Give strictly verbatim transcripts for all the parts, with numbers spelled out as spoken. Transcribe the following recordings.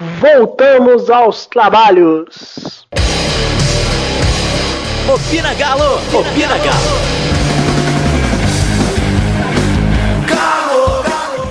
Voltamos aos trabalhos. Opina Galo! Opina Galo! Galo! Galo!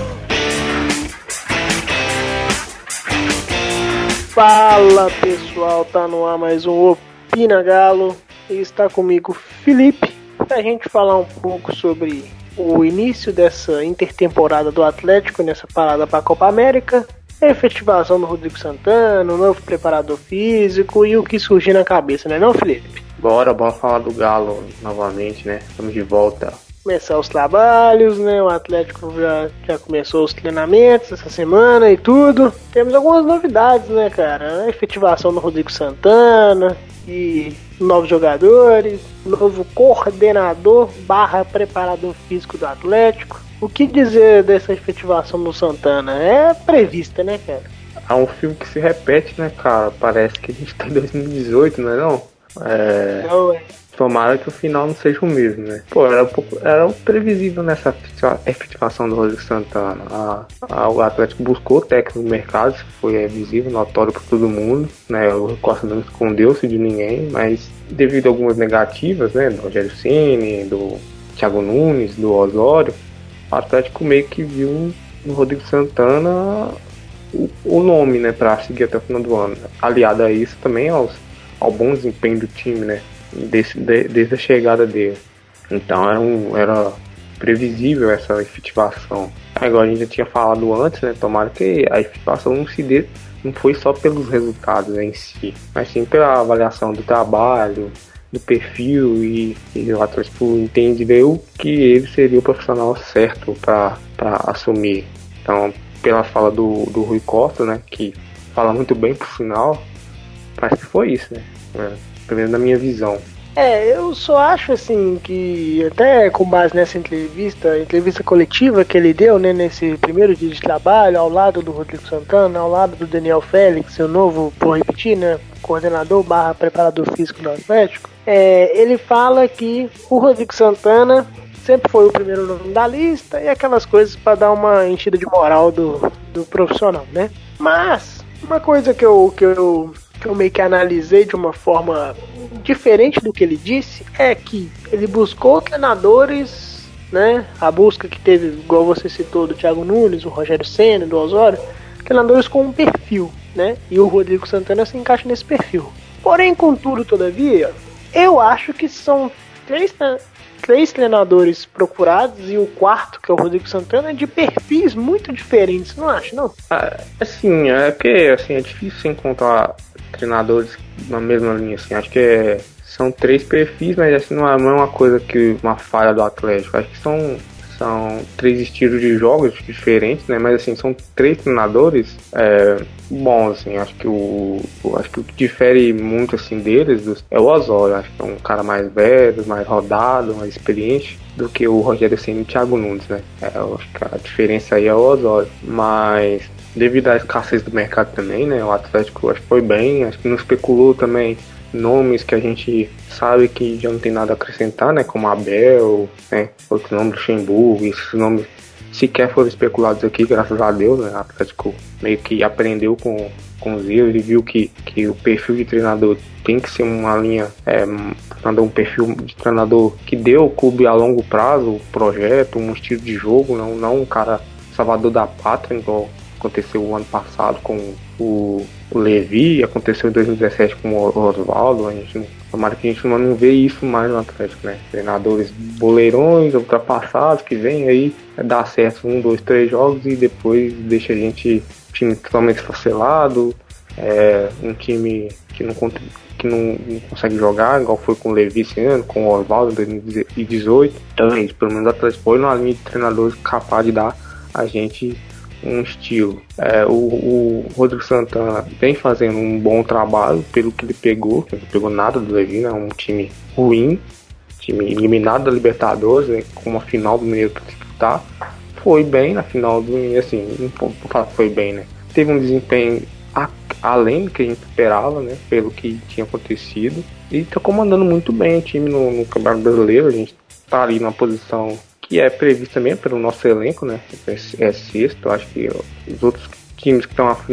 Fala pessoal, tá no ar mais um Opina Galo e está comigo Felipe pra gente falar um pouco sobre o início dessa intertemporada do Atlético nessa parada para a Copa América, a efetivação do Rodrigo Santana, o novo preparador físico e o que surgir na cabeça, né não, Felipe? Bora, bora falar do Galo novamente, né? Estamos de volta. Começar os trabalhos, né? O Atlético já, já começou os treinamentos essa semana e tudo. Temos algumas novidades, né, cara? A efetivação do Rodrigo Santana e novos jogadores, novo coordenador barra preparador físico do Atlético. O que dizer dessa efetivação do Santana? É prevista, né, cara? É um filme que se repete, né, cara? Parece que a gente tá em dois mil e dezoito, não é não? É... Não, é. Tomara que o final não seja o mesmo, né? Pô, era um pouco, era um previsível nessa efetivação do Rodrigo Santana. A, a, o Atlético buscou o técnico no mercado, isso foi é, visível, notório para todo mundo, né? O Costa não escondeu-se de ninguém, mas devido a algumas negativas, né? Do Rogério Ceni, do Thiago Nunes, do Osório, o Atlético meio que viu no Rodrigo Santana o, o nome, né? Para seguir até o final do ano. Aliado a isso também aos, ao bom desempenho do time, né? Desde, de, desde a chegada dele. Então era, um, era previsível essa efetivação. Agora a gente já tinha falado antes, né? Tomara que a efetivação não se dê, não foi só pelos resultados em si, mas sim pela avaliação do trabalho, do perfil, e, e o Atlético entendeu que ele seria o profissional certo para assumir. Então, pela fala do, do Rui Costa, né? Que fala muito bem por sinal, parece que foi isso, né? É. Pelo menos na minha visão. É, eu só acho assim que, até com base nessa entrevista, entrevista coletiva que ele deu, né, nesse primeiro dia de trabalho, ao lado do Rodrigo Santana, ao lado do Daniel Félix, seu novo, por repetir, né, coordenador barra preparador físico do Atlético, é, ele fala que o Rodrigo Santana sempre foi o primeiro nome da lista e aquelas coisas para dar uma enchida de moral do, do profissional, né? Mas, uma coisa que eu... Que eu que eu meio que analisei de uma forma diferente do que ele disse, é que ele buscou treinadores, né, a busca que teve, igual você citou, do Thiago Nunes, o Rogério Ceni, do Osório, treinadores com um perfil, né, e o Rodrigo Santana se encaixa nesse perfil. Porém, contudo, todavia, eu acho que são três, três treinadores procurados e o quarto, que é o Rodrigo Santana, de perfis muito diferentes, não acha, não? Ah, assim, é que assim, é difícil encontrar treinadores na mesma linha, assim, acho que é, são três perfis, mas assim, não é, não é uma coisa que uma falha do Atlético, acho que são, são três estilos de jogos diferentes, né, mas assim, são três treinadores é, bons, assim, acho que o, acho que o que difere muito, assim, deles dos, é o Osório, acho que é um cara mais velho, mais rodado, mais experiente do que o Rogério Ceni e o Thiago Nunes, né, é, eu acho que a diferença aí é o Osório, mas devido à escassez do mercado também, né, o Atlético acho que foi bem, acho que não especulou também nomes que a gente sabe que já não tem nada a acrescentar, né, como Abel, né, outro nome do Luxemburgo, esses nomes sequer foram especulados aqui, graças a Deus, né, o Atlético meio que aprendeu com, com os erros, ele viu que, que o perfil de treinador tem que ser uma linha, é, um perfil de treinador que dê ao clube a longo prazo, o projeto, um estilo de jogo, não, não um cara salvador da pátria, igual aconteceu o ano passado com o, o Levi, aconteceu em dois mil e dezessete com o Osvaldo. A gente não, tomara que a gente não vê isso mais no Atlético, né? Treinadores boleirões, ultrapassados, que vem aí, dá certo um, dois, três jogos e depois deixa a gente time totalmente esfacelado, é, um time que não, que não, não consegue jogar, igual foi com o Levi esse ano, com o Osvaldo em dois mil e dezoito. Então é isso, pelo menos o Atlético foi numa linha de treinadores capaz de dar a gente um estilo. É, o, o Rodrigo Santana vem fazendo um bom trabalho pelo que ele pegou, ele não pegou nada do Levi, né? Um time ruim, time eliminado da Libertadores, né? Com uma final do Mineiro para disputar, foi bem na final do Mineiro, assim, não falar que foi bem, né? Teve um desempenho a, além do que a gente esperava, né? Pelo que tinha acontecido, e tá comandando muito bem o time no, no Campeonato Brasileiro. A gente tá ali na posição que é prevista também pelo nosso elenco, né? É, é sexto, acho que os outros times que estão à frente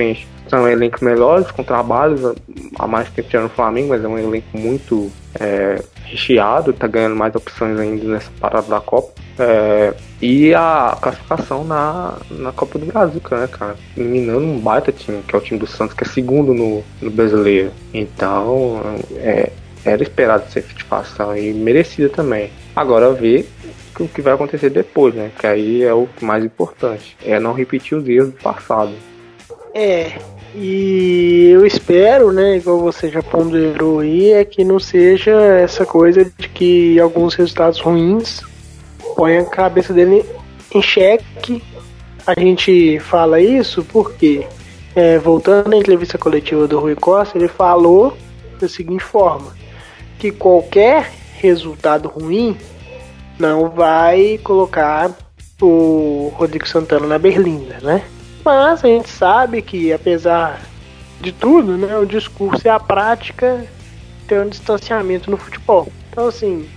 são elencos melhores, com trabalhos há mais tempo tirando o Flamengo, mas é um elenco muito é, recheado, tá ganhando mais opções ainda nessa parada da Copa. É, e a classificação na, na Copa do Brasil, né, cara? Eliminando um baita time, que é o time do Santos, que é segundo no, no brasileiro. Então, é, era esperado ser satisfação e merecida também. Agora ver o que vai acontecer depois, né? Que aí é o mais importante. É não repetir os erros do passado. É, e eu espero, né, igual você já ponderou aí, é que não seja essa coisa de que alguns resultados ruins põem a cabeça dele em xeque. A gente fala isso porque, é, voltando à entrevista coletiva do Rui Costa, ele falou da seguinte forma, que qualquer resultado ruim não vai colocar o Rodrigo Santana na berlinda, né? Mas a gente sabe que, apesar de tudo, né, o discurso e a prática tem um distanciamento no futebol. Então, assim,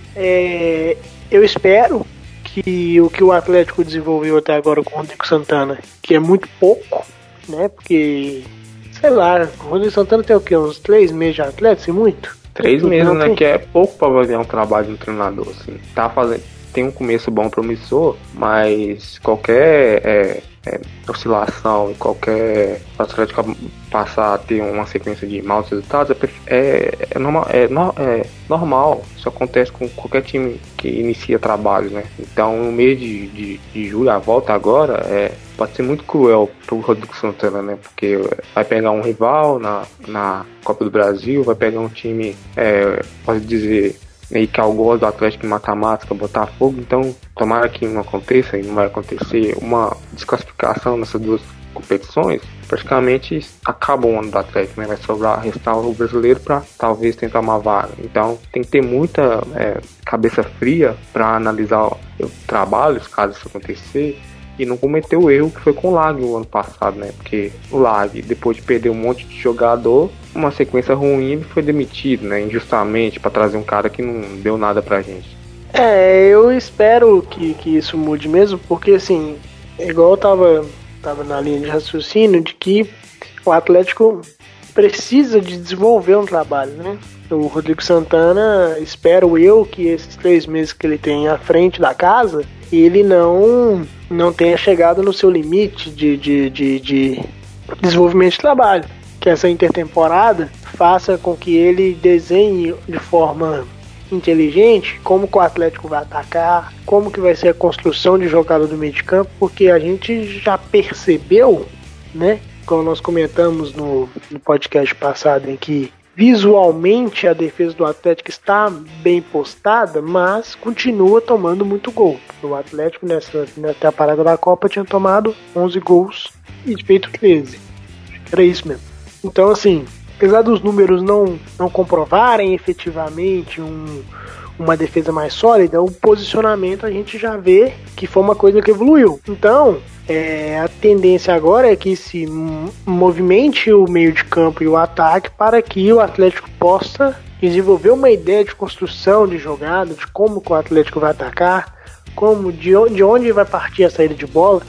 é, eu espero que o que o Atlético desenvolveu até agora com o Rodrigo Santana, que é muito pouco, né? Porque, sei lá, o Rodrigo Santana tem o quê? Uns três meses de Atlético, se muito? Três meses, né? Tem... Que é pouco pra fazer um trabalho de um treinador, assim. Tá fazendo... Tem um começo bom, promissor, mas qualquer é, é, oscilação e qualquer Atlético passar a ter uma sequência de maus resultados é, é, é, normal, é, no, é normal. Isso acontece com qualquer time que inicia trabalho, né? Então, no mês de, de, de julho, a volta agora é, pode ser muito cruel pro Rodrigo Santana, né? Porque vai pegar um rival na, na Copa do Brasil, vai pegar um time, é, pode dizer... e que eu gosto do Atlético em mata-mata, Botafogo, então tomara que não aconteça e não vai acontecer uma desclassificação nessas duas competições, praticamente acaba o ano do Atlético, né? Vai sobrar, restar o brasileiro para talvez tentar uma vaga. Então tem que ter muita é, cabeça fria para analisar os trabalhos, caso isso acontecer, e não cometer o erro que foi com o Lag o ano passado, né? Porque o Lag, depois de perder um monte de jogador, uma sequência ruim, ele foi demitido, né? Injustamente, para trazer um cara que não deu nada pra gente. É, eu espero que, que isso mude mesmo, porque assim, igual eu tava, tava na linha de raciocínio de que o Atlético precisa de desenvolver um trabalho, né? O Rodrigo Santana, espero eu que esses três meses que ele tem à frente da casa, ele não, não tenha chegado no seu limite de, de, de, de desenvolvimento de trabalho. Que essa intertemporada faça com que ele desenhe de forma inteligente como que o Atlético vai atacar, como que vai ser a construção de jogada do meio de campo, porque a gente já percebeu, né, como nós comentamos no, no podcast passado, em que visualmente a defesa do Atlético está bem postada, mas continua tomando muito gol. O Atlético nessa, nessa parada da Copa tinha tomado onze gols e feito treze. Era isso mesmo. Então, assim, apesar dos números não, não comprovarem efetivamente um, uma defesa mais sólida, o posicionamento a gente já vê que foi uma coisa que evoluiu. Então, é, a tendência agora é que se movimente o meio de campo e o ataque para que o Atlético possa desenvolver uma ideia de construção de jogada, de como que o Atlético vai atacar, como, de, onde, de onde vai partir a saída de bola,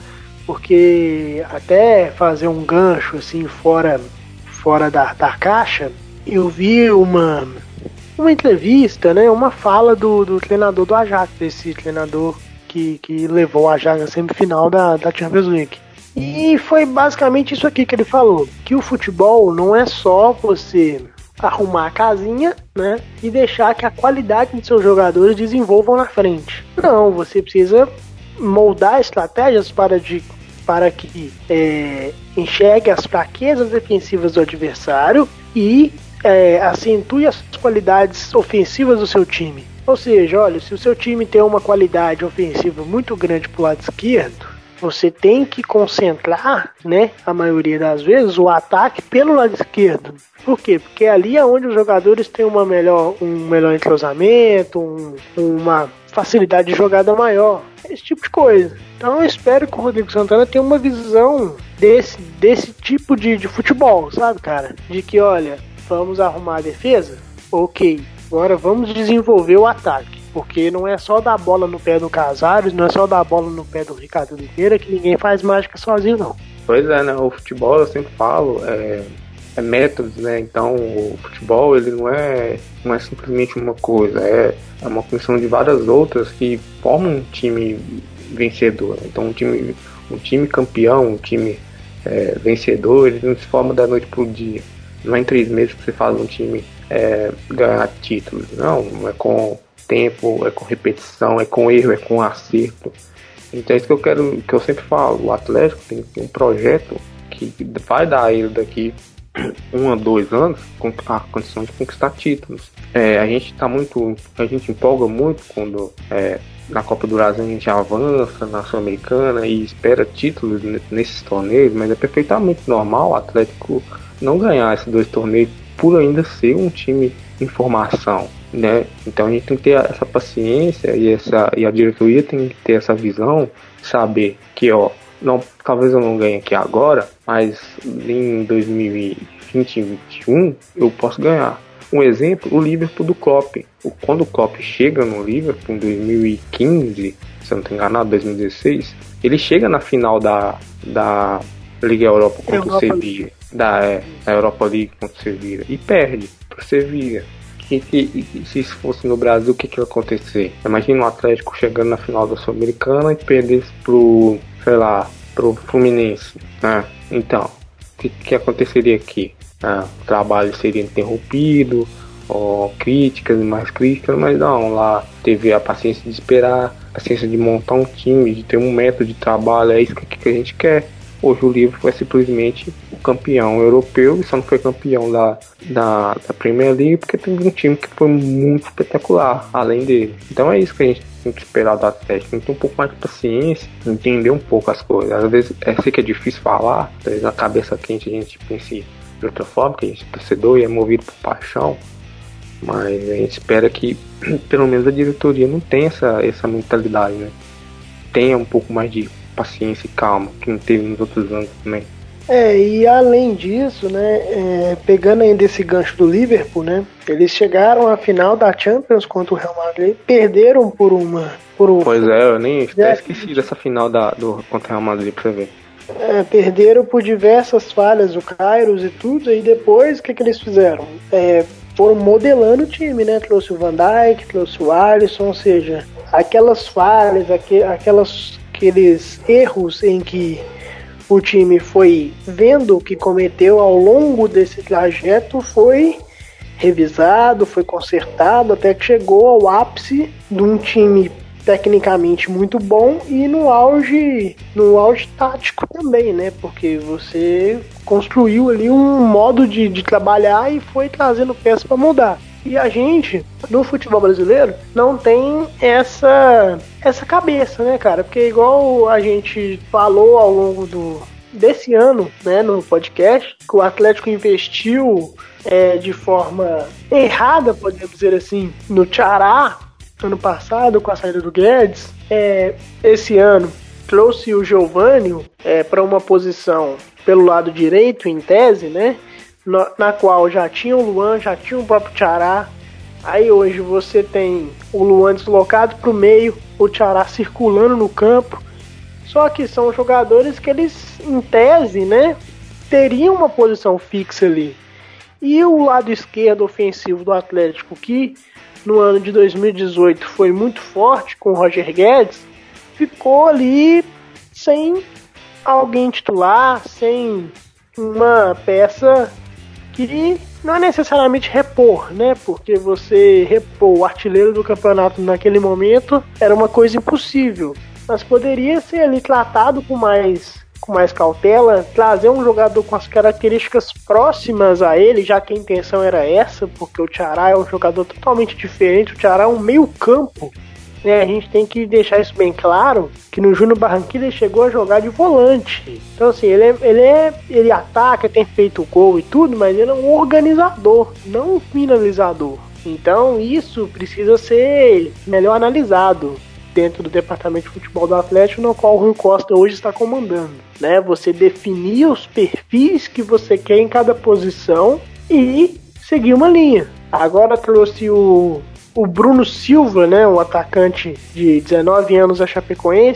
porque até fazer um gancho assim fora... fora da, da caixa, eu vi uma, uma entrevista, né, uma fala do, do treinador do Ajax, desse treinador que, que levou o Ajax à semifinal da, da Champions League. E foi basicamente isso aqui que ele falou, que o futebol não é só você arrumar a casinha, né, e deixar que a qualidade de seus jogadores desenvolvam na frente. Não, você precisa moldar estratégias para de para que é, enxergue as fraquezas defensivas do adversário e é, acentue as qualidades ofensivas do seu time. Ou seja, olha, se o seu time tem uma qualidade ofensiva muito grande pro lado esquerdo, você tem que concentrar, né, a maioria das vezes, o ataque pelo lado esquerdo. Por quê? Porque ali é onde os jogadores têm uma melhor, um melhor entrosamento, um, uma facilidade de jogada maior, esse tipo de coisa. Então eu espero que o Rodrigo Santana tenha uma visão desse, desse tipo de, de futebol, sabe, cara? De que, olha, vamos arrumar a defesa? Ok, agora vamos desenvolver o ataque. Porque não é só dar bola no pé do Casares, não é só dar bola no pé do Ricardo Oliveira, que ninguém faz mágica sozinho, não. Pois é, né? O futebol, eu sempre falo, é, é métodos, né? Então, o futebol, ele não é, não é simplesmente uma coisa, é, é uma função de várias outras que formam um time vencedor. Então, um time, um time campeão, um time é, vencedor, ele não se forma da noite pro dia. Não é em três meses que você faz um time é, ganhar títulos. Não, é com tempo, é com repetição, é com erro, é com acerto. Então é isso que eu quero, que eu sempre falo. O Atlético tem, tem um projeto que vai dar a ele daqui um a dois anos com a condição de conquistar títulos. É, a gente tá muito, a gente empolga muito quando é, na Copa do Brasil a gente avança, na Sul-Americana e espera títulos nesses torneios, mas é perfeitamente normal o Atlético não ganhar esses dois torneios por ainda ser um time em formação, né? Então a gente tem que ter essa paciência e, essa, e a diretoria tem que ter essa visão, saber que, ó, não, talvez eu não ganhe aqui agora, mas em dois mil e vinte e vinte e um eu posso ganhar. Um exemplo, o Liverpool do Klopp. Quando o Klopp chega no Liverpool em dois mil e quinze, se eu não estou enganado, dois mil e dezesseis, ele chega na final da, da Liga Europa contra Europa o Sevilla, da, é, da Europa League contra o Sevilla, e perde para o Sevilla. E, e, e se isso fosse no Brasil, o que, que ia acontecer? Imagina o Atlético chegando na final da Sul-Americana e perdesse pro, sei lá, pro Fluminense, né? Então, o que, que aconteceria aqui? Ah, o trabalho seria interrompido, ó, críticas e mais críticas, mas não, lá teve a paciência de esperar, a paciência de montar um time, de ter um método de trabalho, é isso que, que a gente quer. Hoje o Liverpool é simplesmente o campeão europeu e só não foi campeão da, da, da Premier League porque teve um time que foi muito espetacular, além dele. Então é isso que a gente tem que esperar do Atlético, tem que ter um pouco mais de paciência, entender um pouco as coisas. Às vezes, eu sei que é difícil falar, às vezes na cabeça quente a gente pensa de outra forma, que a gente é torcedor e é movido por paixão, mas a gente espera que pelo menos a diretoria não tenha essa, essa mentalidade, né? Tenha um pouco mais de paciência e calma, que não teve nos outros anos também. É, e além disso, né, é, pegando ainda esse gancho do Liverpool, né, eles chegaram à final da Champions contra o Real Madrid, perderam por uma... Por um, pois é, eu nem até esqueci dessa final da, do, contra o Real Madrid pra você ver. É, perderam por diversas falhas, o Kairos e tudo, e depois o que, que eles fizeram? É, foram modelando o time, né, trouxe o Van Dijk, trouxe o Alisson, ou seja, aquelas falhas, aqu- aquelas... aqueles erros em que o time foi vendo que cometeu ao longo desse trajeto foi revisado, foi consertado, até que chegou ao ápice de um time tecnicamente muito bom e no auge, no auge tático também, né? Porque você construiu ali um modo de, de trabalhar e foi trazendo peças para mudar. E a gente, no futebol brasileiro, não tem essa, essa cabeça, né, cara? Porque igual a gente falou ao longo do, desse ano, né, no podcast, que o Atlético investiu é, de forma errada, podemos dizer assim, no Ceará, ano passado, com a saída do Guedes. É, esse ano, trouxe o Giovânio é, para uma posição pelo lado direito, em tese, né? Na qual já tinha o Luan, já tinha o próprio Ceará. Aí hoje você tem o Luan deslocado para o meio, o Ceará circulando no campo. Só que são jogadores que eles, em tese, né, teriam uma posição fixa ali. E o lado esquerdo ofensivo do Atlético, que no ano de dois mil e dezoito foi muito forte com o Roger Guedes, ficou ali sem alguém titular, sem uma peça que não é necessariamente repor, né? Porque você repor o artilheiro do campeonato naquele momento era uma coisa impossível. Mas poderia ser ali tratado com mais, com mais cautela, trazer um jogador com as características próximas a ele, já que a intenção era essa, porque o Ceará é um jogador totalmente diferente, o Ceará é um meio campo. É, a gente tem que deixar isso bem claro, que no Júnior Barranquilla ele chegou a jogar de volante. Então assim, ele, é, ele, é, ele ataca, tem feito gol e tudo, mas ele é um organizador, não um finalizador. Então isso precisa ser melhor analisado dentro do departamento de futebol do Atlético, no qual o Rui Costa hoje está comandando, né? Você definir os perfis que você quer em cada posição e seguir uma linha. Agora trouxe o... o Bruno Silva, né, um atacante de dezenove anos da Chapecoense,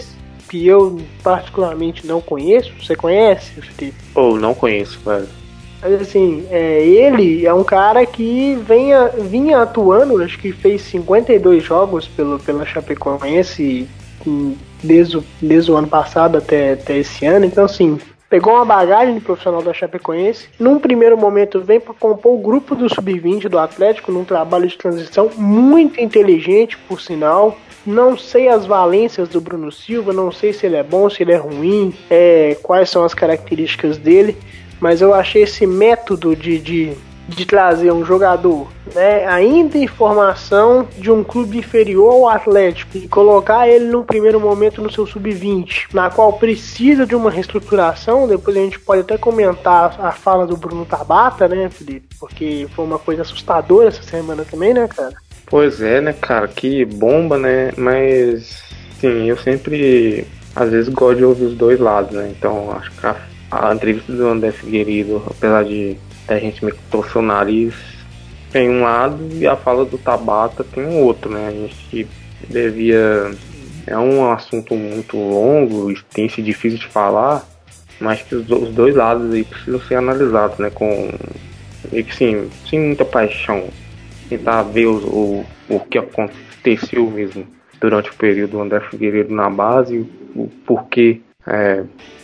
que eu particularmente não conheço. Você conhece, Felipe? Ou oh, não conheço, velho. Mas assim, é, ele é um cara que venha, vinha atuando, acho que fez cinquenta e dois jogos pelo, pela Chapecoense desde o, desde o ano passado até, até esse ano. Então assim, pegou uma bagagem de profissional da Chapecoense. Num primeiro momento vem para compor o grupo do sub vinte do Atlético num trabalho de transição muito inteligente, por sinal. Não sei as valências do Bruno Silva, não sei se ele é bom, se ele é ruim, é, quais são as características dele, mas eu achei esse método de, de, de trazer um jogador, né, ainda em formação de um clube inferior ao Atlético e colocar ele no primeiro momento no seu sub vinte, na qual precisa de uma reestruturação. Depois a gente pode até comentar a fala do Bruno Tabata, né, Felipe? Porque foi uma coisa assustadora essa semana também, né, cara? Pois é, né, cara, que bomba, né, mas, sim, eu sempre, às vezes, gosto de ouvir os dois lados, né, então acho que a, a entrevista do André Figueiredo, apesar de a gente meio que torcer o nariz, tem um lado, e a fala do Tabata tem um outro, né, a gente devia, é um assunto muito longo, extenso e difícil de falar, mas que os, os dois lados aí precisam ser analisados, né, com, meio que sim, sem muita paixão. Tentar ver o, o, o que aconteceu mesmo durante o período do André Figueiredo na base, o, o porquê é,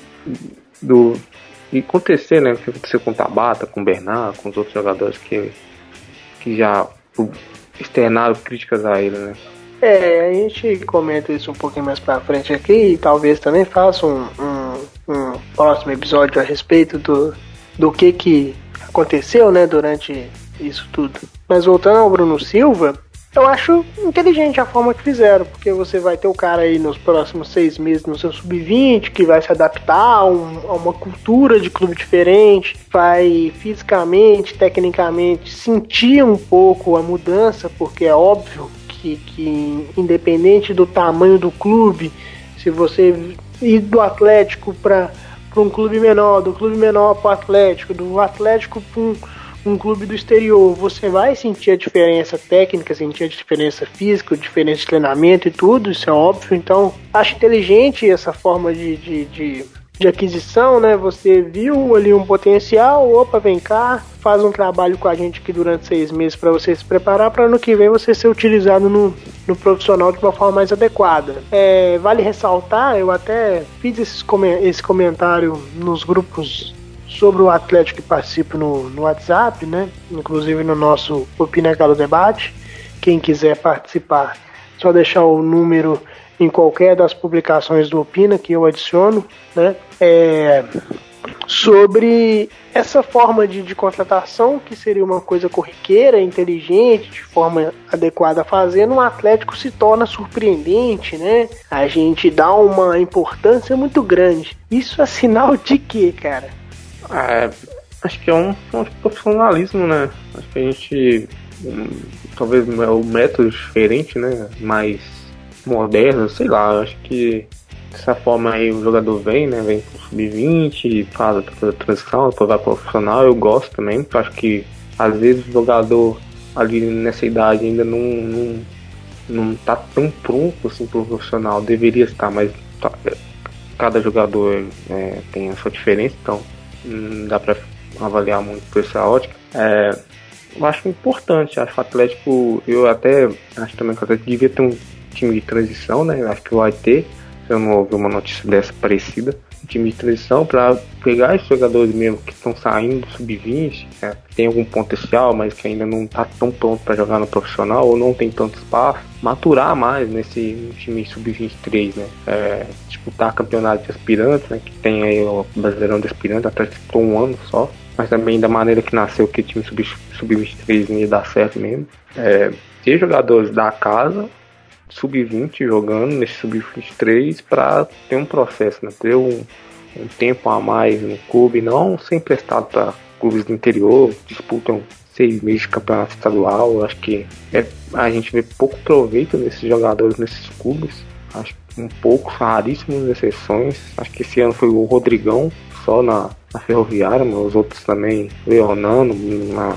do e acontecer, né? O que aconteceu com o Tabata, com o Bernard, com os outros jogadores que, que já externaram críticas a ele, né? É, a gente comenta isso um pouquinho mais pra frente aqui e talvez também faça um, um, um próximo episódio a respeito do, do que, que aconteceu, né, durante isso tudo. Mas voltando ao Bruno Silva, eu acho inteligente a forma que fizeram, porque você vai ter o cara aí nos próximos seis meses no seu sub vinte, que vai se adaptar a, um, a uma cultura de clube diferente, vai fisicamente, tecnicamente sentir um pouco a mudança, porque é óbvio que, que independente do tamanho do clube, se você ir do Atlético para um clube menor, do clube menor para o Atlético, do Atlético para um um clube do exterior, você vai sentir a diferença técnica, sentir a diferença física, a diferença de treinamento e tudo, isso é óbvio. Então, acho inteligente essa forma de, de, de, de aquisição, né? Você viu ali um potencial, opa, vem cá, faz um trabalho com a gente aqui durante seis meses para você se preparar para ano que vem você ser utilizado no, no profissional de uma forma mais adequada. É, vale ressaltar, eu até fiz esses, esse comentário nos grupos sobre o Atlético que participo no, no WhatsApp, né? Inclusive no nosso Opina Galo Debate. Quem quiser participar, só deixar o número em qualquer das publicações do Opina que eu adiciono, né? É, sobre essa forma de, de contratação, que seria uma coisa corriqueira, inteligente, de forma adequada a fazer, no Atlético se torna surpreendente, né? A gente dá uma importância muito grande. Isso é sinal de quê, cara? É, acho que é um, um profissionalismo, né? Acho que a gente um, talvez o método diferente, né? Mais moderno, sei lá. Acho que dessa forma aí o jogador vem, né? Vem pro sub vinte, faz a transição, depois vai pro profissional. Eu gosto também, porque acho que às vezes o jogador ali nessa idade ainda não, não, não tá tão pronto assim pro profissional. Deveria estar, mas tá, cada jogador é, tem a sua diferença, então não dá pra avaliar muito por essa ótica. É, eu acho importante, acho que o Atlético, eu até acho também que o Atlético devia ter um time de transição, né? Eu acho que vai ter, se eu não ouvir uma notícia dessa parecida, um time de transição para pegar esses jogadores mesmo que estão saindo do sub vinte, né? Tem algum potencial, mas que ainda não tá tão pronto para jogar no profissional ou não tem tanto espaço, maturar mais nesse time sub vinte e três, né? É, disputar campeonato de aspirantes, né? Que tem aí o Brasileirão de aspirantes, até disputou um ano só, mas também da maneira que nasceu que o time sub vinte e três não ia dar certo mesmo. É, ter jogadores da casa sub vinte jogando nesse sub vinte e três para ter um processo, né? Ter um, um tempo a mais no clube, não ser emprestado para clubes do interior, disputam seis meses de campeonato estadual. Eu acho que é, a gente vê pouco proveito desses jogadores nesses clubes. Acho que um pouco, raríssimas exceções. Acho que esse ano foi o Rodrigão só na, na Ferroviária, mas os outros também, Leonano, na,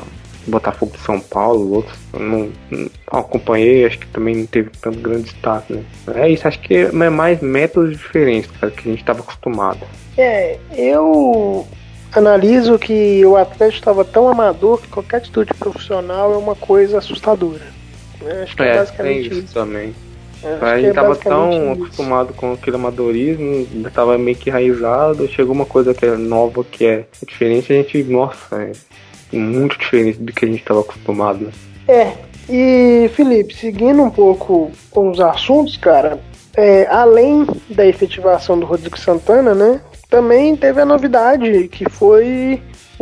Botafogo de São Paulo, outros eu não, não acompanhei, acho que também não teve tanto grande destaque, né? É isso, acho que é mais métodos diferentes, cara, que a gente estava acostumado. É, eu analiso que o Atlético estava tão amador que qualquer atitude profissional é uma coisa assustadora. Acho que é, é basicamente isso, isso também. A gente é tava tão isso. acostumado com aquele amadorismo, ainda tava meio que enraizado, chegou uma coisa que é nova, que é diferente, a gente, nossa, é muito diferente do que a gente tava acostumado. É, e Felipe, seguindo um pouco com os assuntos, cara, é, além da efetivação do Rodrigo Santana, né, também teve a novidade, que foi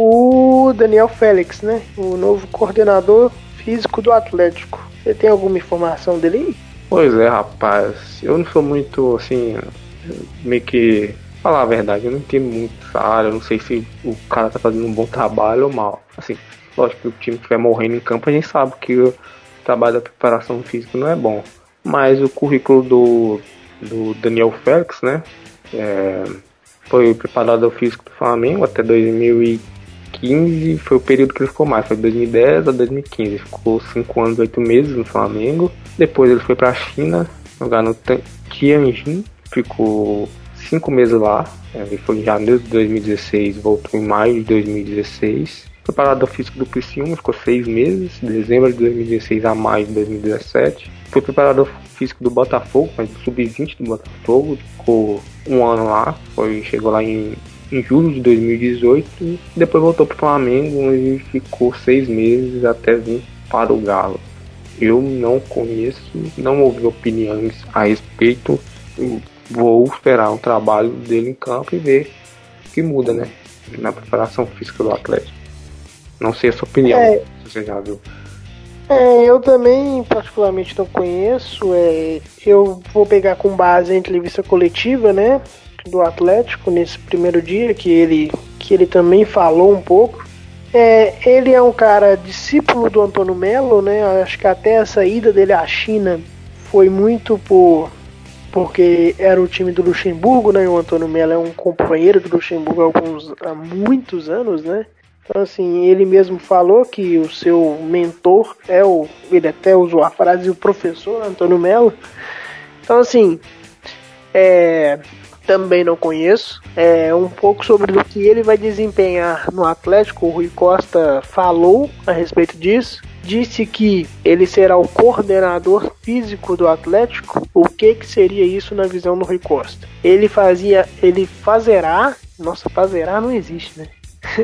o Daniel Félix, né, o novo coordenador físico do Atlético. Você tem alguma informação dele aí? Pois é, rapaz, eu não sou muito, assim, meio que, falar a verdade, eu não entendo muito essa área, eu não sei se o cara tá fazendo um bom trabalho ou mal. Assim, lógico que o time que estiver morrendo em campo, a gente sabe que o trabalho da preparação física não é bom. Mas o currículo do, do Daniel Félix, né, é, foi preparador físico do Flamengo até dois mil e quinze, foi o período que ele ficou mais, foi de dois mil e dez a dois mil e quinze, ficou cinco anos e oito meses no Flamengo. Depois ele foi para a China, jogar no Tianjin, ficou cinco meses lá. Ele foi em janeiro de dois mil e dezesseis, voltou em maio de dois mil e dezesseis. Preparador físico do Criciúma, ficou seis meses, de dezembro de dois mil e dezesseis a maio de dois mil e dezessete. Foi preparador físico do Botafogo, mas do sub vinte do Botafogo, ficou um ano lá, foi, chegou lá em, em julho de dois mil e dezoito. Depois voltou para o Flamengo, onde ficou seis meses até vir para o Galo. Eu não conheço, não ouvi opiniões a respeito. Eu vou esperar o trabalho dele em campo e ver o que muda, né, na preparação física do Atlético. Não sei a sua opinião, é, se você já viu. É, eu também particularmente não conheço. É, eu vou pegar com base a entrevista coletiva, né, do Atlético nesse primeiro dia, que ele, que ele também falou um pouco. É, ele é um cara discípulo do Antônio Melo, né? Acho que até a saída dele à China foi muito por porque era o time do Luxemburgo, né? O Antônio Melo é um companheiro do Luxemburgo há, alguns, há muitos anos, né? Então, assim, ele mesmo falou que o seu mentor é o... Ele até usou a frase o professor Antônio Melo. Então, assim, é... também não conheço. É, um pouco sobre o que ele vai desempenhar no Atlético, o Rui Costa falou a respeito disso. Disse que ele será o coordenador físico do Atlético. O que, que seria isso na visão do Rui Costa? Ele fazia, ele fazerá, nossa, fazerá não existe, né?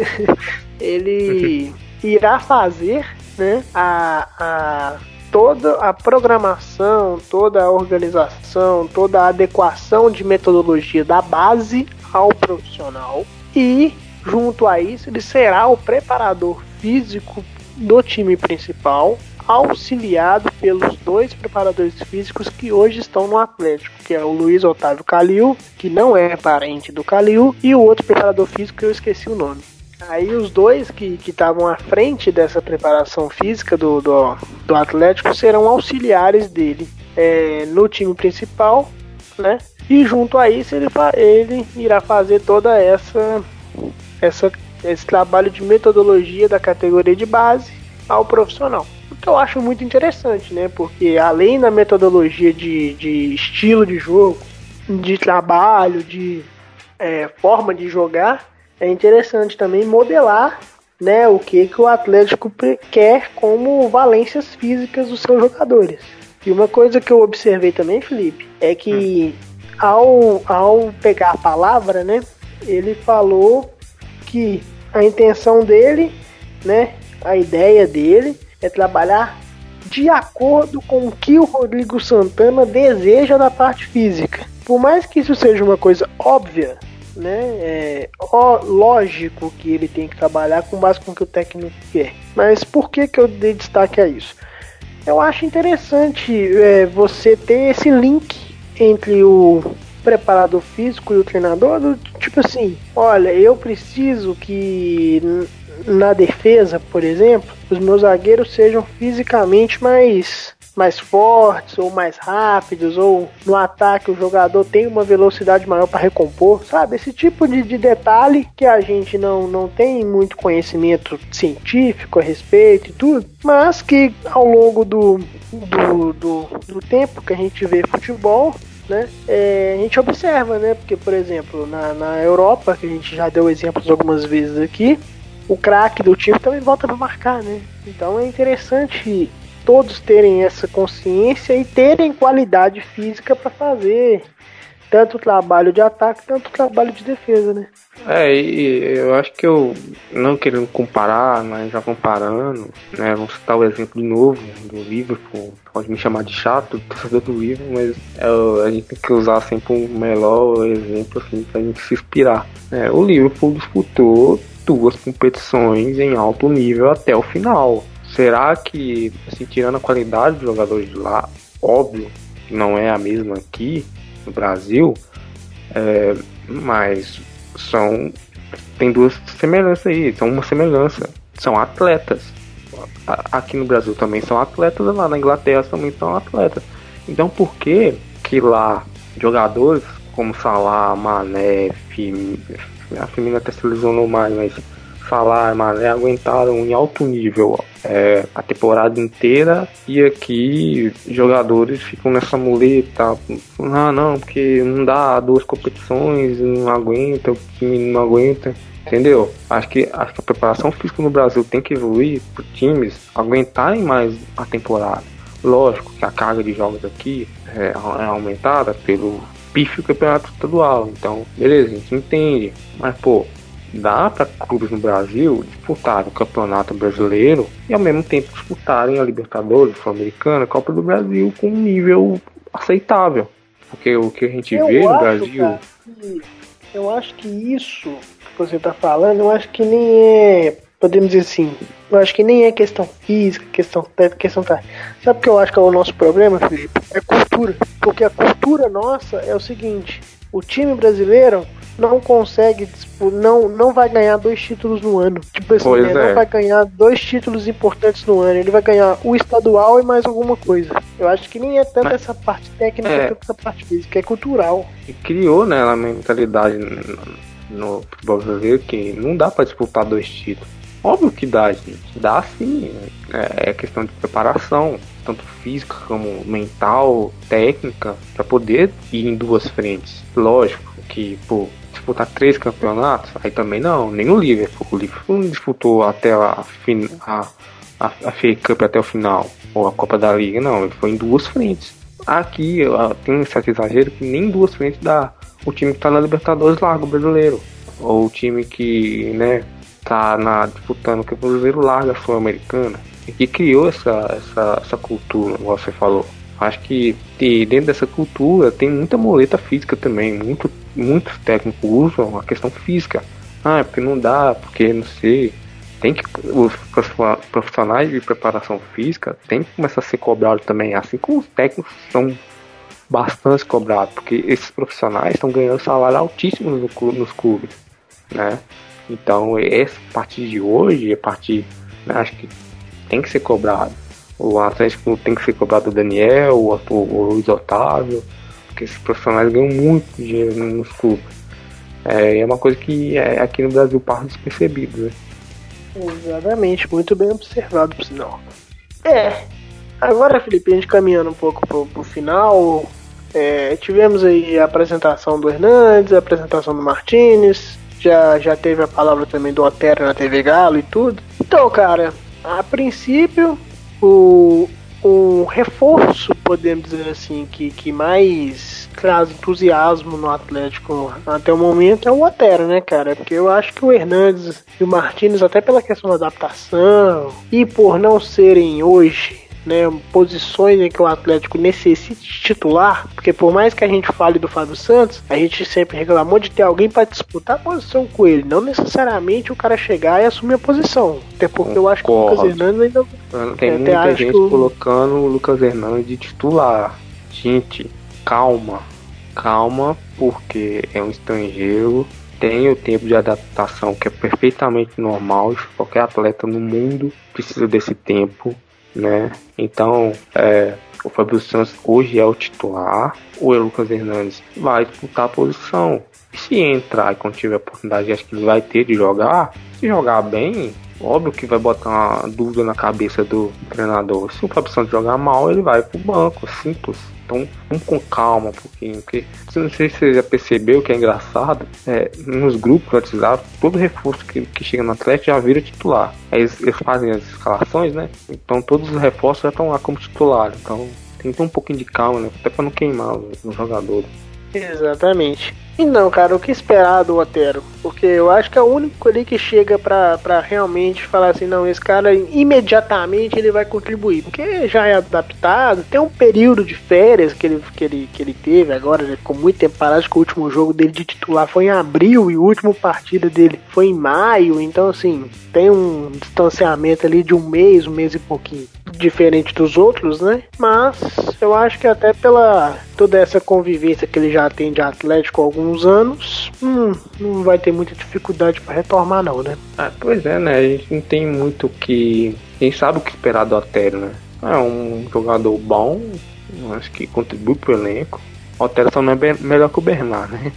Ele irá fazer, né, a, a toda a programação, toda a organização, toda a adequação de metodologia da base ao profissional, e junto a isso ele será o preparador físico do time principal, auxiliado pelos dois preparadores físicos que hoje estão no Atlético, que é o Luiz Otávio Calil, que não é parente do Calil, e o outro preparador físico que eu esqueci o nome. Aí os dois que estavam à frente dessa preparação física do, do, do Atlético serão auxiliares dele é, no time principal, né? E junto a isso ele, ele irá fazer toda essa, essa esse trabalho de metodologia da categoria de base ao profissional. O que eu acho muito interessante, né? Porque além da metodologia de, de estilo de jogo, de trabalho, de é, forma de jogar, é interessante também modelar, né, o que, que o Atlético quer como valências físicas dos seus jogadores. E uma coisa que eu observei também, Felipe, é que ao, ao pegar a palavra, né, ele falou que a intenção dele, né, a ideia dele é trabalhar de acordo com o que o Rodrigo Santana deseja da parte física. Por mais que isso seja uma coisa óbvia, né, é ó, lógico que ele tem que trabalhar com base com o que o técnico quer. Mas por que, que eu dei destaque a isso? Eu acho interessante é, você ter esse link entre o preparador físico e o treinador, do, tipo assim, olha, eu preciso que na defesa, por exemplo, os meus zagueiros sejam fisicamente mais mais fortes ou mais rápidos, ou no ataque o jogador tem uma velocidade maior para recompor, sabe? Esse tipo de, de detalhe que a gente não, não tem muito conhecimento científico a respeito e tudo, mas que ao longo do, do, do, do tempo que a gente vê futebol, né, é, a gente observa, né? Porque, por exemplo, na, na Europa, que a gente já deu exemplos algumas vezes aqui, o craque do time também volta para marcar, né? Então é interessante todos terem essa consciência e terem qualidade física para fazer tanto o trabalho de ataque, tanto o trabalho de defesa, né? É, e eu acho que eu, não querendo comparar, mas já comparando, né, vamos citar o exemplo de novo do Liverpool, pode me chamar de chato, torcedor do Liverpool, mas é, a gente tem que usar sempre um melhor exemplo assim, pra gente se inspirar. É, o Liverpool disputou duas competições em alto nível até o final. Será que, assim, tirando a qualidade dos jogadores de lá, óbvio que não é a mesma aqui no Brasil, é, mas são, tem duas semelhanças aí, são uma semelhança, são atletas. Aqui no Brasil também são atletas, lá na Inglaterra também são atletas. Então por que que lá jogadores como Salah, Mané, Firmino, a Firmino até se lesionou mais, mas Salah, Mané aguentaram em alto nível é, a temporada inteira, e aqui jogadores ficam nessa muleta, ah não, porque não dá duas competições, não aguenta, o time não aguenta, entendeu? Acho que, acho que a preparação física no Brasil tem que evoluir para os times aguentarem mais a temporada. Lógico que a carga de jogos aqui é, é aumentada pelo pífio campeonato estadual, então beleza, a gente entende, mas pô, dá para clubes no Brasil disputarem o Campeonato Brasileiro e ao mesmo tempo disputarem a Libertadores, Sul-Americana, Copa do Brasil com um nível aceitável. Porque o que a gente eu vê acho, no Brasil... Cara, que, eu acho que isso que você está falando, eu acho que nem é, podemos dizer assim, eu acho que nem é questão física, questão técnica, questão tá. Sabe o que eu acho que é o nosso problema, Felipe? É cultura. Porque a cultura nossa é o seguinte, o time brasileiro não consegue, não, não vai ganhar dois títulos no ano. Tipo assim, né? Não é. vai ganhar dois títulos importantes no ano. Ele vai ganhar o estadual e mais alguma coisa. Eu acho que nem é tanto Mas, essa parte técnica, é, tanto essa parte física, é cultural. E criou, né, a mentalidade no, no futebol brasileiro que não dá pra disputar dois títulos. Óbvio que dá, gente. Dá sim. É, é questão de preparação, tanto física como mental, técnica, pra poder ir em duas frentes. Lógico que, pô, disputar três campeonatos, aí também não, nem o Liverpool. O Liverpool não disputou até a, a, a, a F A Cup até o final, ou a Copa da Liga, não, ele foi em duas frentes. Aqui tem um certo exagero que nem duas frentes dá. O time que tá na Libertadores larga o brasileiro, ou o time que, né, tá na, disputando o Campeonato Brasileiro larga a Sul-Americana, e que criou essa, essa, essa cultura, como você falou. Acho que dentro dessa cultura tem muita muleta física também. Muito, muitos técnicos usam a questão física. Ah, é porque não dá, porque não sei. Tem que, os profissionais de preparação física tem que começar a ser cobrados também. Assim como os técnicos são bastante cobrados. Porque esses profissionais estão ganhando salário altíssimo no, nos clubes, né? Então, essa partir de hoje, a partir, né, acho que tem que ser cobrado. O Atlético tem que ser cobrado do Daniel, o, o, o Luiz Otávio, porque esses profissionais ganham muito dinheiro nos clubes. É, é uma coisa que é, aqui no Brasil passa despercebido, né? Exatamente, muito bem observado, por sinal. É, agora, Felipe, a gente caminhando um pouco pro, pro final, é, tivemos aí a apresentação do Hernandes, a apresentação do Martínez, já, já teve a palavra também do Otero na T V Galo e tudo. Então, cara, a princípio... O, o reforço, podemos dizer assim, que, que mais traz entusiasmo no Atlético até o momento é o Otero, né, cara? Porque eu acho que o Hernandes e o Martínez, até pela questão da adaptação e por não serem hoje, né, posições em que o Atlético necessite titular, porque por mais que a gente fale do Fábio Santos, a gente sempre reclamou de ter alguém para disputar a posição com ele, não necessariamente o cara chegar e assumir a posição, até porque eu acho que o Lucas Hernandes ainda tem muita gente que... colocando o Lucas Hernandes de titular. Gente, calma, calma, porque é um estrangeiro, tem o tempo de adaptação que é perfeitamente normal, qualquer atleta no mundo precisa desse tempo. né? Então, é, o Fábio Santos hoje é o titular, o Lucas Hernandes vai disputar a posição. E se entrar e quando tiver oportunidade, acho que ele vai ter de jogar, se jogar bem, óbvio que vai botar uma dúvida na cabeça do treinador. Se o Fábio Santos jogar mal, ele vai pro banco, simples. Então, vamos com calma um pouquinho, porque não sei se você já percebeu que é engraçado, é, nos grupos do WhatsApp, todo reforço que, que chega no Atlético já vira titular. Aí eles, eles fazem as escalações, né? Então todos os reforços já estão lá como titular. Então tem que ter um pouquinho de calma, né? Até para não queimar os, os jogadores. Exatamente. E não, cara, o que esperar do Otero? Porque eu acho que é o único ali que chega pra, pra realmente falar assim, não, esse cara imediatamente ele vai contribuir, porque já é adaptado, tem um período de férias que ele, que ele, que ele teve agora, ele ficou muito tempo parado, acho que o último jogo dele de titular foi em abril e a última partida dele foi em maio, então assim, tem um distanciamento ali de um mês, um mês e pouquinho, diferente dos outros, né? Mas eu acho que até pela toda essa convivência que ele já tem de Atlético há alguns anos, hum, não vai ter muita dificuldade para retomar não, né? Ah, pois é, né? A gente não tem muito o que... A gente sabe o que esperar do Otero, né? É um jogador bom, acho que contribui pro elenco. O Otero só não é bem, melhor que o Bernard, né?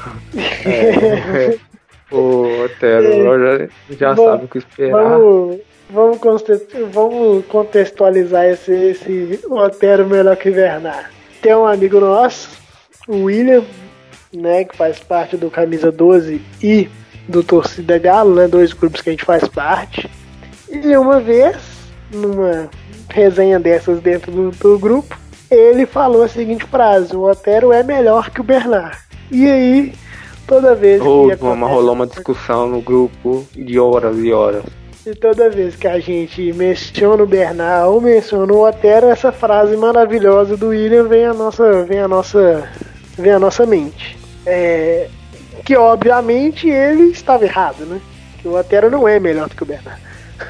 É, é, o Otero já, já vamos, sabe o que esperar. Vamos, vamos, vamos contextualizar esse, esse Otero melhor que o Bernard. Tem um amigo nosso, o William, né, que faz parte do Camisa doze e do Torcida Galo, né, dois grupos que a gente faz parte. E uma vez, numa resenha dessas dentro do, do grupo, ele falou a seguinte frase: o Otero é melhor que o Bernard. E aí, toda vez oh, que acontece... rolou uma discussão no grupo de horas e horas. E toda vez que a gente menciona o Bernard ou menciona o Otero, essa frase maravilhosa do William vem à nossa, vem à nossa, vem à nossa mente. É, que obviamente ele estava errado, né? Que o Otero não é melhor do que o Bernard.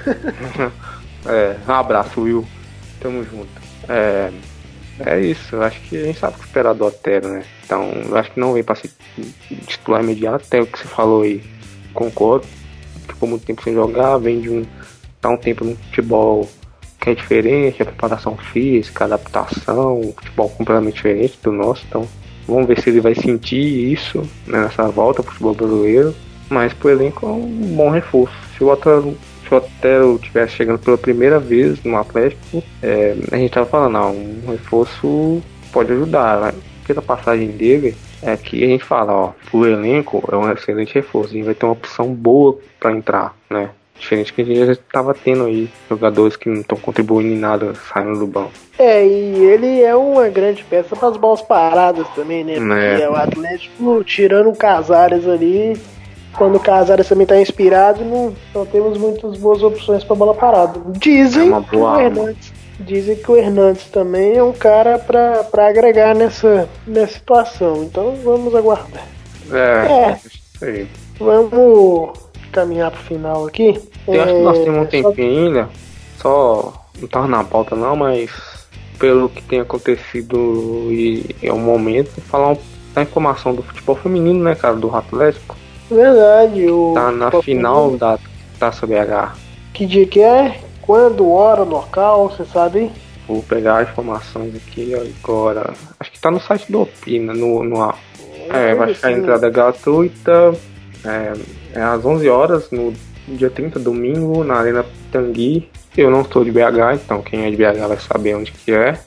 É, um abraço, Will. Tamo junto. É, é isso, eu acho que a gente sabe o que esperar do Otero, né? Então, eu acho que não vem pra ser titular imediato, até o que você falou aí, concordo. Ficou muito tempo sem jogar, vem de um, tá um tempo no futebol que é diferente, a preparação física, a adaptação, um futebol completamente diferente do nosso, então vamos ver se ele vai sentir isso, né, nessa volta pro futebol brasileiro, mas pro elenco é um bom reforço. Se o Otero, se o Otero tivesse chegando pela primeira vez no Atlético, é, a gente tava falando, não, um reforço pode ajudar, né? Pela passagem dele, é que a gente fala, ó, o elenco é um excelente reforço, a gente vai ter uma opção boa para entrar, né? Diferente que a gente já estava tendo aí jogadores que não estão contribuindo em nada saindo do banco. É, e ele é uma grande peça para as bolas paradas também, né? Porque é o Atlético tirando o Casares ali, quando o Casares também está inspirado, não, não temos muitas boas opções para bola parada. Dizem é que o Hernandes Dizem que o Hernandes também é um cara para agregar nessa, nessa situação. Então vamos aguardar. É, é. Aí. Vamos caminhar pro final aqui. Eu é, acho que nós temos um tempinho só... ainda. Só não tava na pauta não, mas pelo que tem acontecido e é um momento, falar um, da informação do futebol feminino, né, cara, do Atlético. Verdade. O tá na final feminino. Da Taça B H. Que dia que é? Quando, hora, local, você sabe? Vou pegar as informações aqui agora. Acho que tá no site do Opina, no, no é, vai ficar a entrada gratuita. É, é às onze horas, no dia trinta, domingo, na Arena Pitangui. Eu não sou de B H, então quem é de B H vai saber onde que é.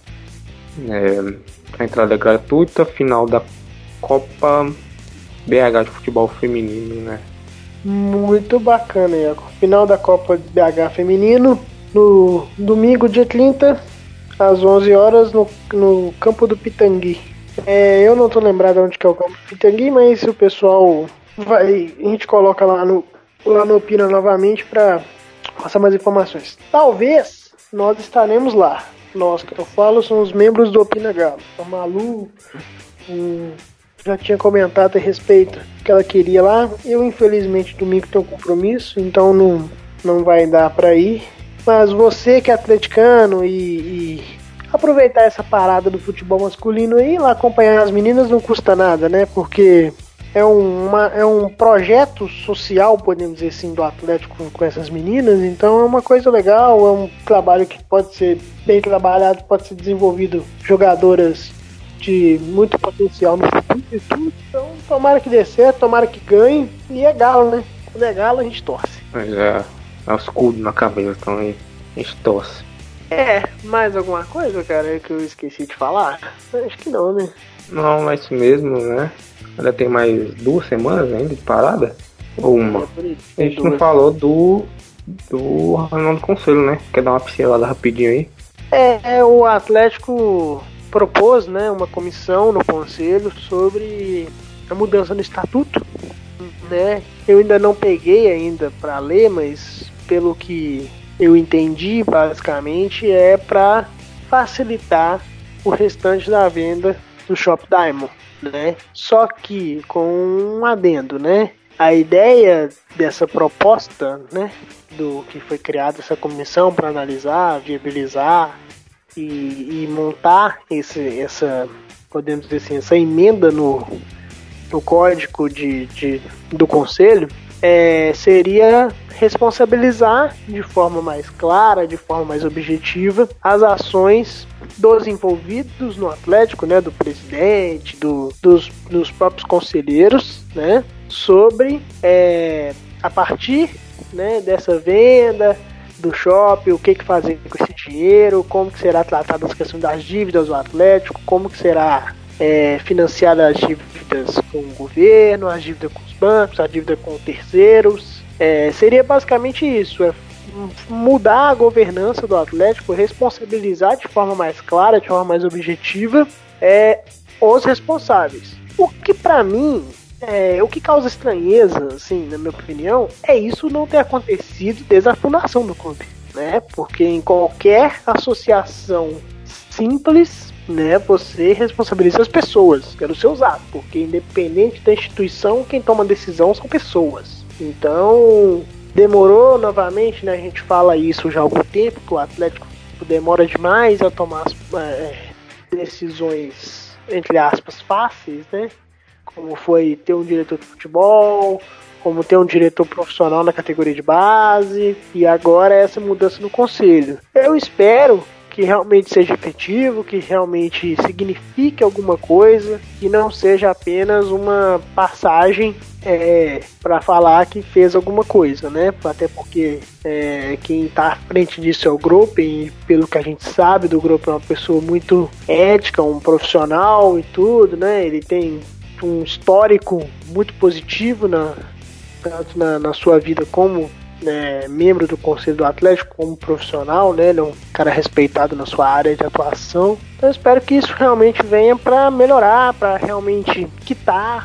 É a entrada gratuita, final da Copa B H de futebol feminino, né? Muito bacana, Iaco. Final da Copa B H feminino, no domingo, dia trinta, às onze horas, no, no campo do Pitangui. É, eu não tô lembrado onde que é o campo do Pitangui, mas o pessoal vai, a gente coloca lá no, lá no Opina novamente para passar mais informações. Talvez nós estaremos lá. Nós que eu falo são os membros do Opina Galo. A Malu, um, já tinha comentado a respeito que ela queria lá. Eu, infelizmente, domingo tenho um compromisso, então não, não vai dar para ir. Mas você que é atleticano e, e aproveitar essa parada do futebol masculino e ir lá acompanhar as meninas não custa nada, né? Porque é, uma, é um projeto social, podemos dizer assim, do Atlético com, com essas meninas, então é uma coisa legal, é um trabalho que pode ser bem trabalhado, pode ser desenvolvido jogadoras de muito potencial no futuro e tudo, então tomara que dê certo, tomara que ganhe, e é Galo, né? Quando é Galo a gente torce. Mas é, é os escudo na cabeça, então a gente torce. É, mais alguma coisa, cara, que eu esqueci de falar? Acho que não, né? Não, é isso mesmo, né? Ainda tem mais duas semanas ainda de parada? Ou uma? A gente não falou do do Ronaldo Conselho, né? Quer dar uma pincelada rapidinho aí? É, é, o Atlético propôs, né, uma comissão no Conselho sobre a mudança no estatuto, né? Eu ainda não peguei ainda para ler, mas pelo que eu entendi, basicamente, é para facilitar o restante da venda do Shop Diamond, né? Só que com um adendo, né? A ideia dessa proposta, né, do que foi criada essa comissão para analisar, viabilizar e, e montar esse, essa, podemos dizer assim, essa emenda no, no código de, de, do Conselho, É, seria responsabilizar de forma mais clara, de forma mais objetiva, as ações dos envolvidos no Atlético, né, do presidente, do, dos, dos próprios conselheiros, né, sobre, é, a partir, né, dessa venda do shopping, o que, que fazer com esse dinheiro, como que será tratada as questões das dívidas do Atlético, como que será É, financiar as dívidas com o governo, as dívidas com os bancos, a dívida com terceiros. É, seria basicamente isso, é mudar a governança do Atlético, responsabilizar de forma mais clara, de forma mais objetiva, é, os responsáveis. O que para mim, é, o que causa estranheza, assim, na minha opinião, é isso não ter acontecido desde a fundação do clube, né? Porque em qualquer associação simples, né, você responsabiliza as pessoas pelos seus atos, porque independente da instituição, quem toma decisão são pessoas. Então, demorou novamente, né, a gente fala isso já há algum tempo, que o Atlético demora demais a tomar é, decisões, entre aspas, fáceis, né, como foi ter um diretor de futebol, como ter um diretor profissional na categoria de base, e agora essa mudança no conselho. Eu espero que realmente seja efetivo, que realmente signifique alguma coisa, que não seja apenas uma passagem é, para falar que fez alguma coisa, né? Até porque é, quem está à frente disso é o Grupo, e pelo que a gente sabe do Grupo, é uma pessoa muito ética, um profissional e tudo, né? Ele tem um histórico muito positivo na, tanto na, na sua vida como É, membro do Conselho do Atlético, como profissional, né? Ele é um cara respeitado na sua área de atuação. Então eu espero que isso realmente venha para melhorar, para realmente quitar.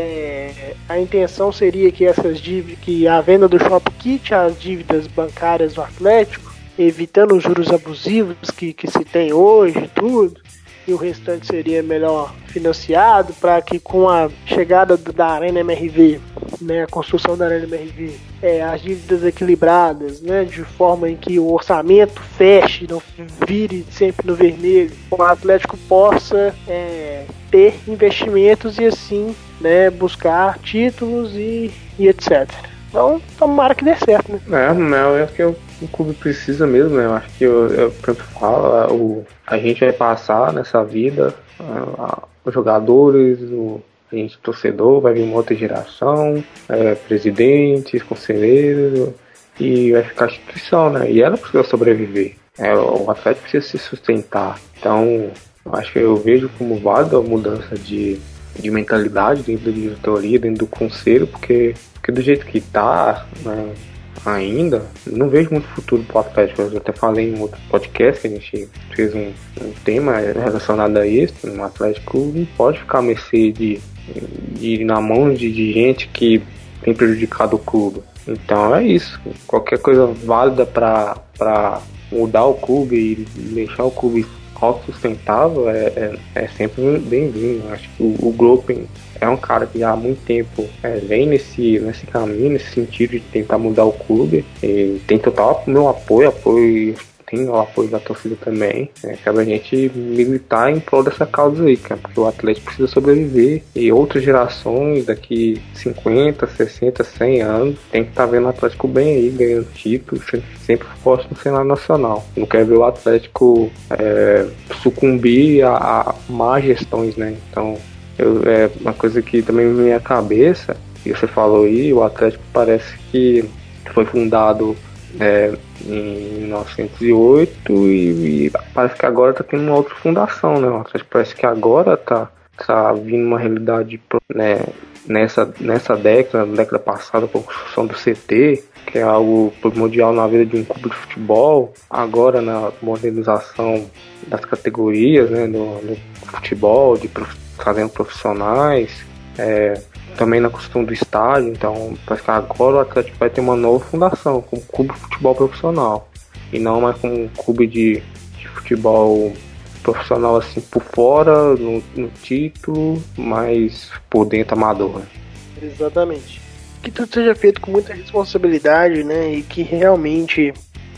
É, a intenção seria que essas dívidas, que a venda do Shop quite as dívidas bancárias do Atlético, evitando os juros abusivos que, que se tem hoje e tudo. E o restante seria melhor financiado, para que com a chegada do, da Arena M R V, né, a construção da Arena M R V, é, as dívidas equilibradas, né, de forma em que o orçamento feche, não vire sempre no vermelho, o Atlético possa é, ter investimentos e assim, né, buscar títulos e, e etcétera. Então, tomara que dê certo, né? É, não, eu acho que o, o clube precisa mesmo, né? Eu acho que eu, eu tanto falo, o, a gente vai passar nessa vida, a, a, os jogadores, o, a gente torcedor, vai vir uma outra geração, é, presidentes, conselheiros, e vai ficar a instituição, né? E ela precisa sobreviver. É, o atleta precisa se sustentar. Então, eu acho que eu vejo como válida a mudança de, de mentalidade dentro da diretoria, dentro do conselho, porque Porque do jeito que tá, né, ainda, não vejo muito futuro pro Atlético. Eu até falei em outro podcast que a gente fez um, um tema relacionado a isso. O Atlético não pode ficar à mercê de, de ir na mão de, de gente que tem prejudicado o clube. Então é isso. Qualquer coisa válida para mudar o clube e deixar o clube autossustentável é, é, é sempre bem-vindo. Acho que o, o Glopen é um cara que há muito tempo é, vem nesse, nesse caminho, nesse sentido de tentar mudar o clube. E tem total meu apoio, apoio tem o apoio da torcida também. É, cabe a gente militar em prol dessa causa aí, cara, porque o Atlético precisa sobreviver e outras gerações daqui cinquenta, sessenta, cem anos tem que estar tá vendo o Atlético bem aí, ganhando títulos, sempre forte no cenário nacional. Não quero ver o Atlético é, sucumbir a, a má gestões, né? Então, eu, é uma coisa que também me vem à cabeça, e você falou aí, o Atlético parece que foi fundado é, em mil novecentos e oito e, e parece que agora está tendo uma outra fundação, né? O Atlético parece que agora está tá vindo uma realidade, né, nessa, nessa década, na década passada, com a construção do C T, que é algo primordial na vida de um clube de futebol, agora na modernização das categorias, né, do, do futebol, de prof, fazendo profissionais, é, também na construção do estádio. Então parece que agora o Atlético vai ter uma nova fundação, como clube de futebol profissional, e não mais como um clube de, de futebol profissional assim por fora, no, no título, mas por dentro amador. Exatamente. Que tudo seja feito com muita responsabilidade, né? E que realmente,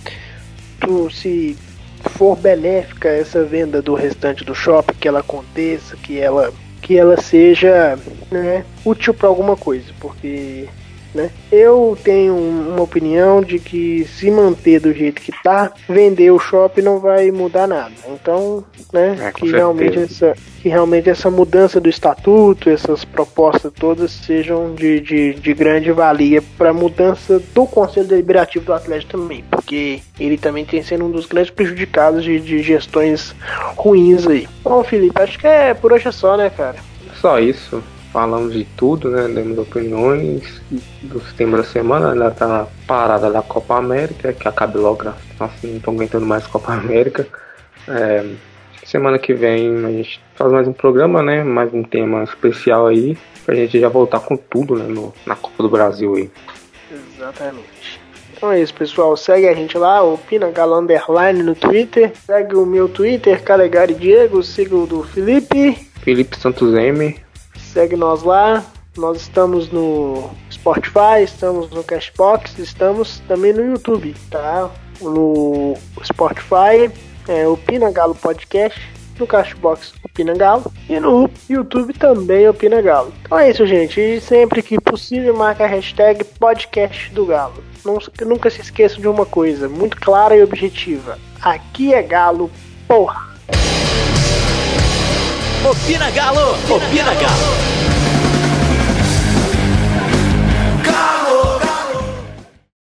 tu, se for benéfica essa venda do restante do shopping, que ela aconteça, que ela, que ela seja, né, útil para alguma coisa, porque, né, eu tenho uma opinião de que se manter do jeito que tá, vender o shopping não vai mudar nada. Então, né, é, que realmente essa, que realmente essa mudança do estatuto, essas propostas todas sejam de, de, de grande valia para a mudança do Conselho Deliberativo do Atlético também, porque ele também tem sido um dos grandes prejudicados de, de gestões ruins aí. Bom, Felipe, acho que é por hoje é só, né, cara? Só isso. Falamos de tudo, né? Demos opiniões do tema da semana. Ainda tá na parada da Copa América, que acaba logo. Assim, não tô aguentando mais Copa América. É, semana que vem a gente faz mais um programa, né? Mais um tema especial aí, pra gente já voltar com tudo, né? No, na Copa do Brasil aí. Exatamente. Então é isso, pessoal. Segue a gente lá, o Pinagalo Underline no Twitter. Segue o meu Twitter, Calegari Diego. Siga o do Felipe. Felipe Santos M. Segue nós lá. Nós estamos no Spotify, estamos no Cashbox, estamos também no YouTube, tá? No Spotify, é o Pinagalo Podcast, no Cashbox o Pinagalo e no YouTube também o Pinagalo. Então é isso, gente. E sempre que possível, marca a hashtag Podcast do Galo. Não, nunca se esqueça de uma coisa muito clara e objetiva: aqui é Galo, porra! Opina Galo! Opina Galo!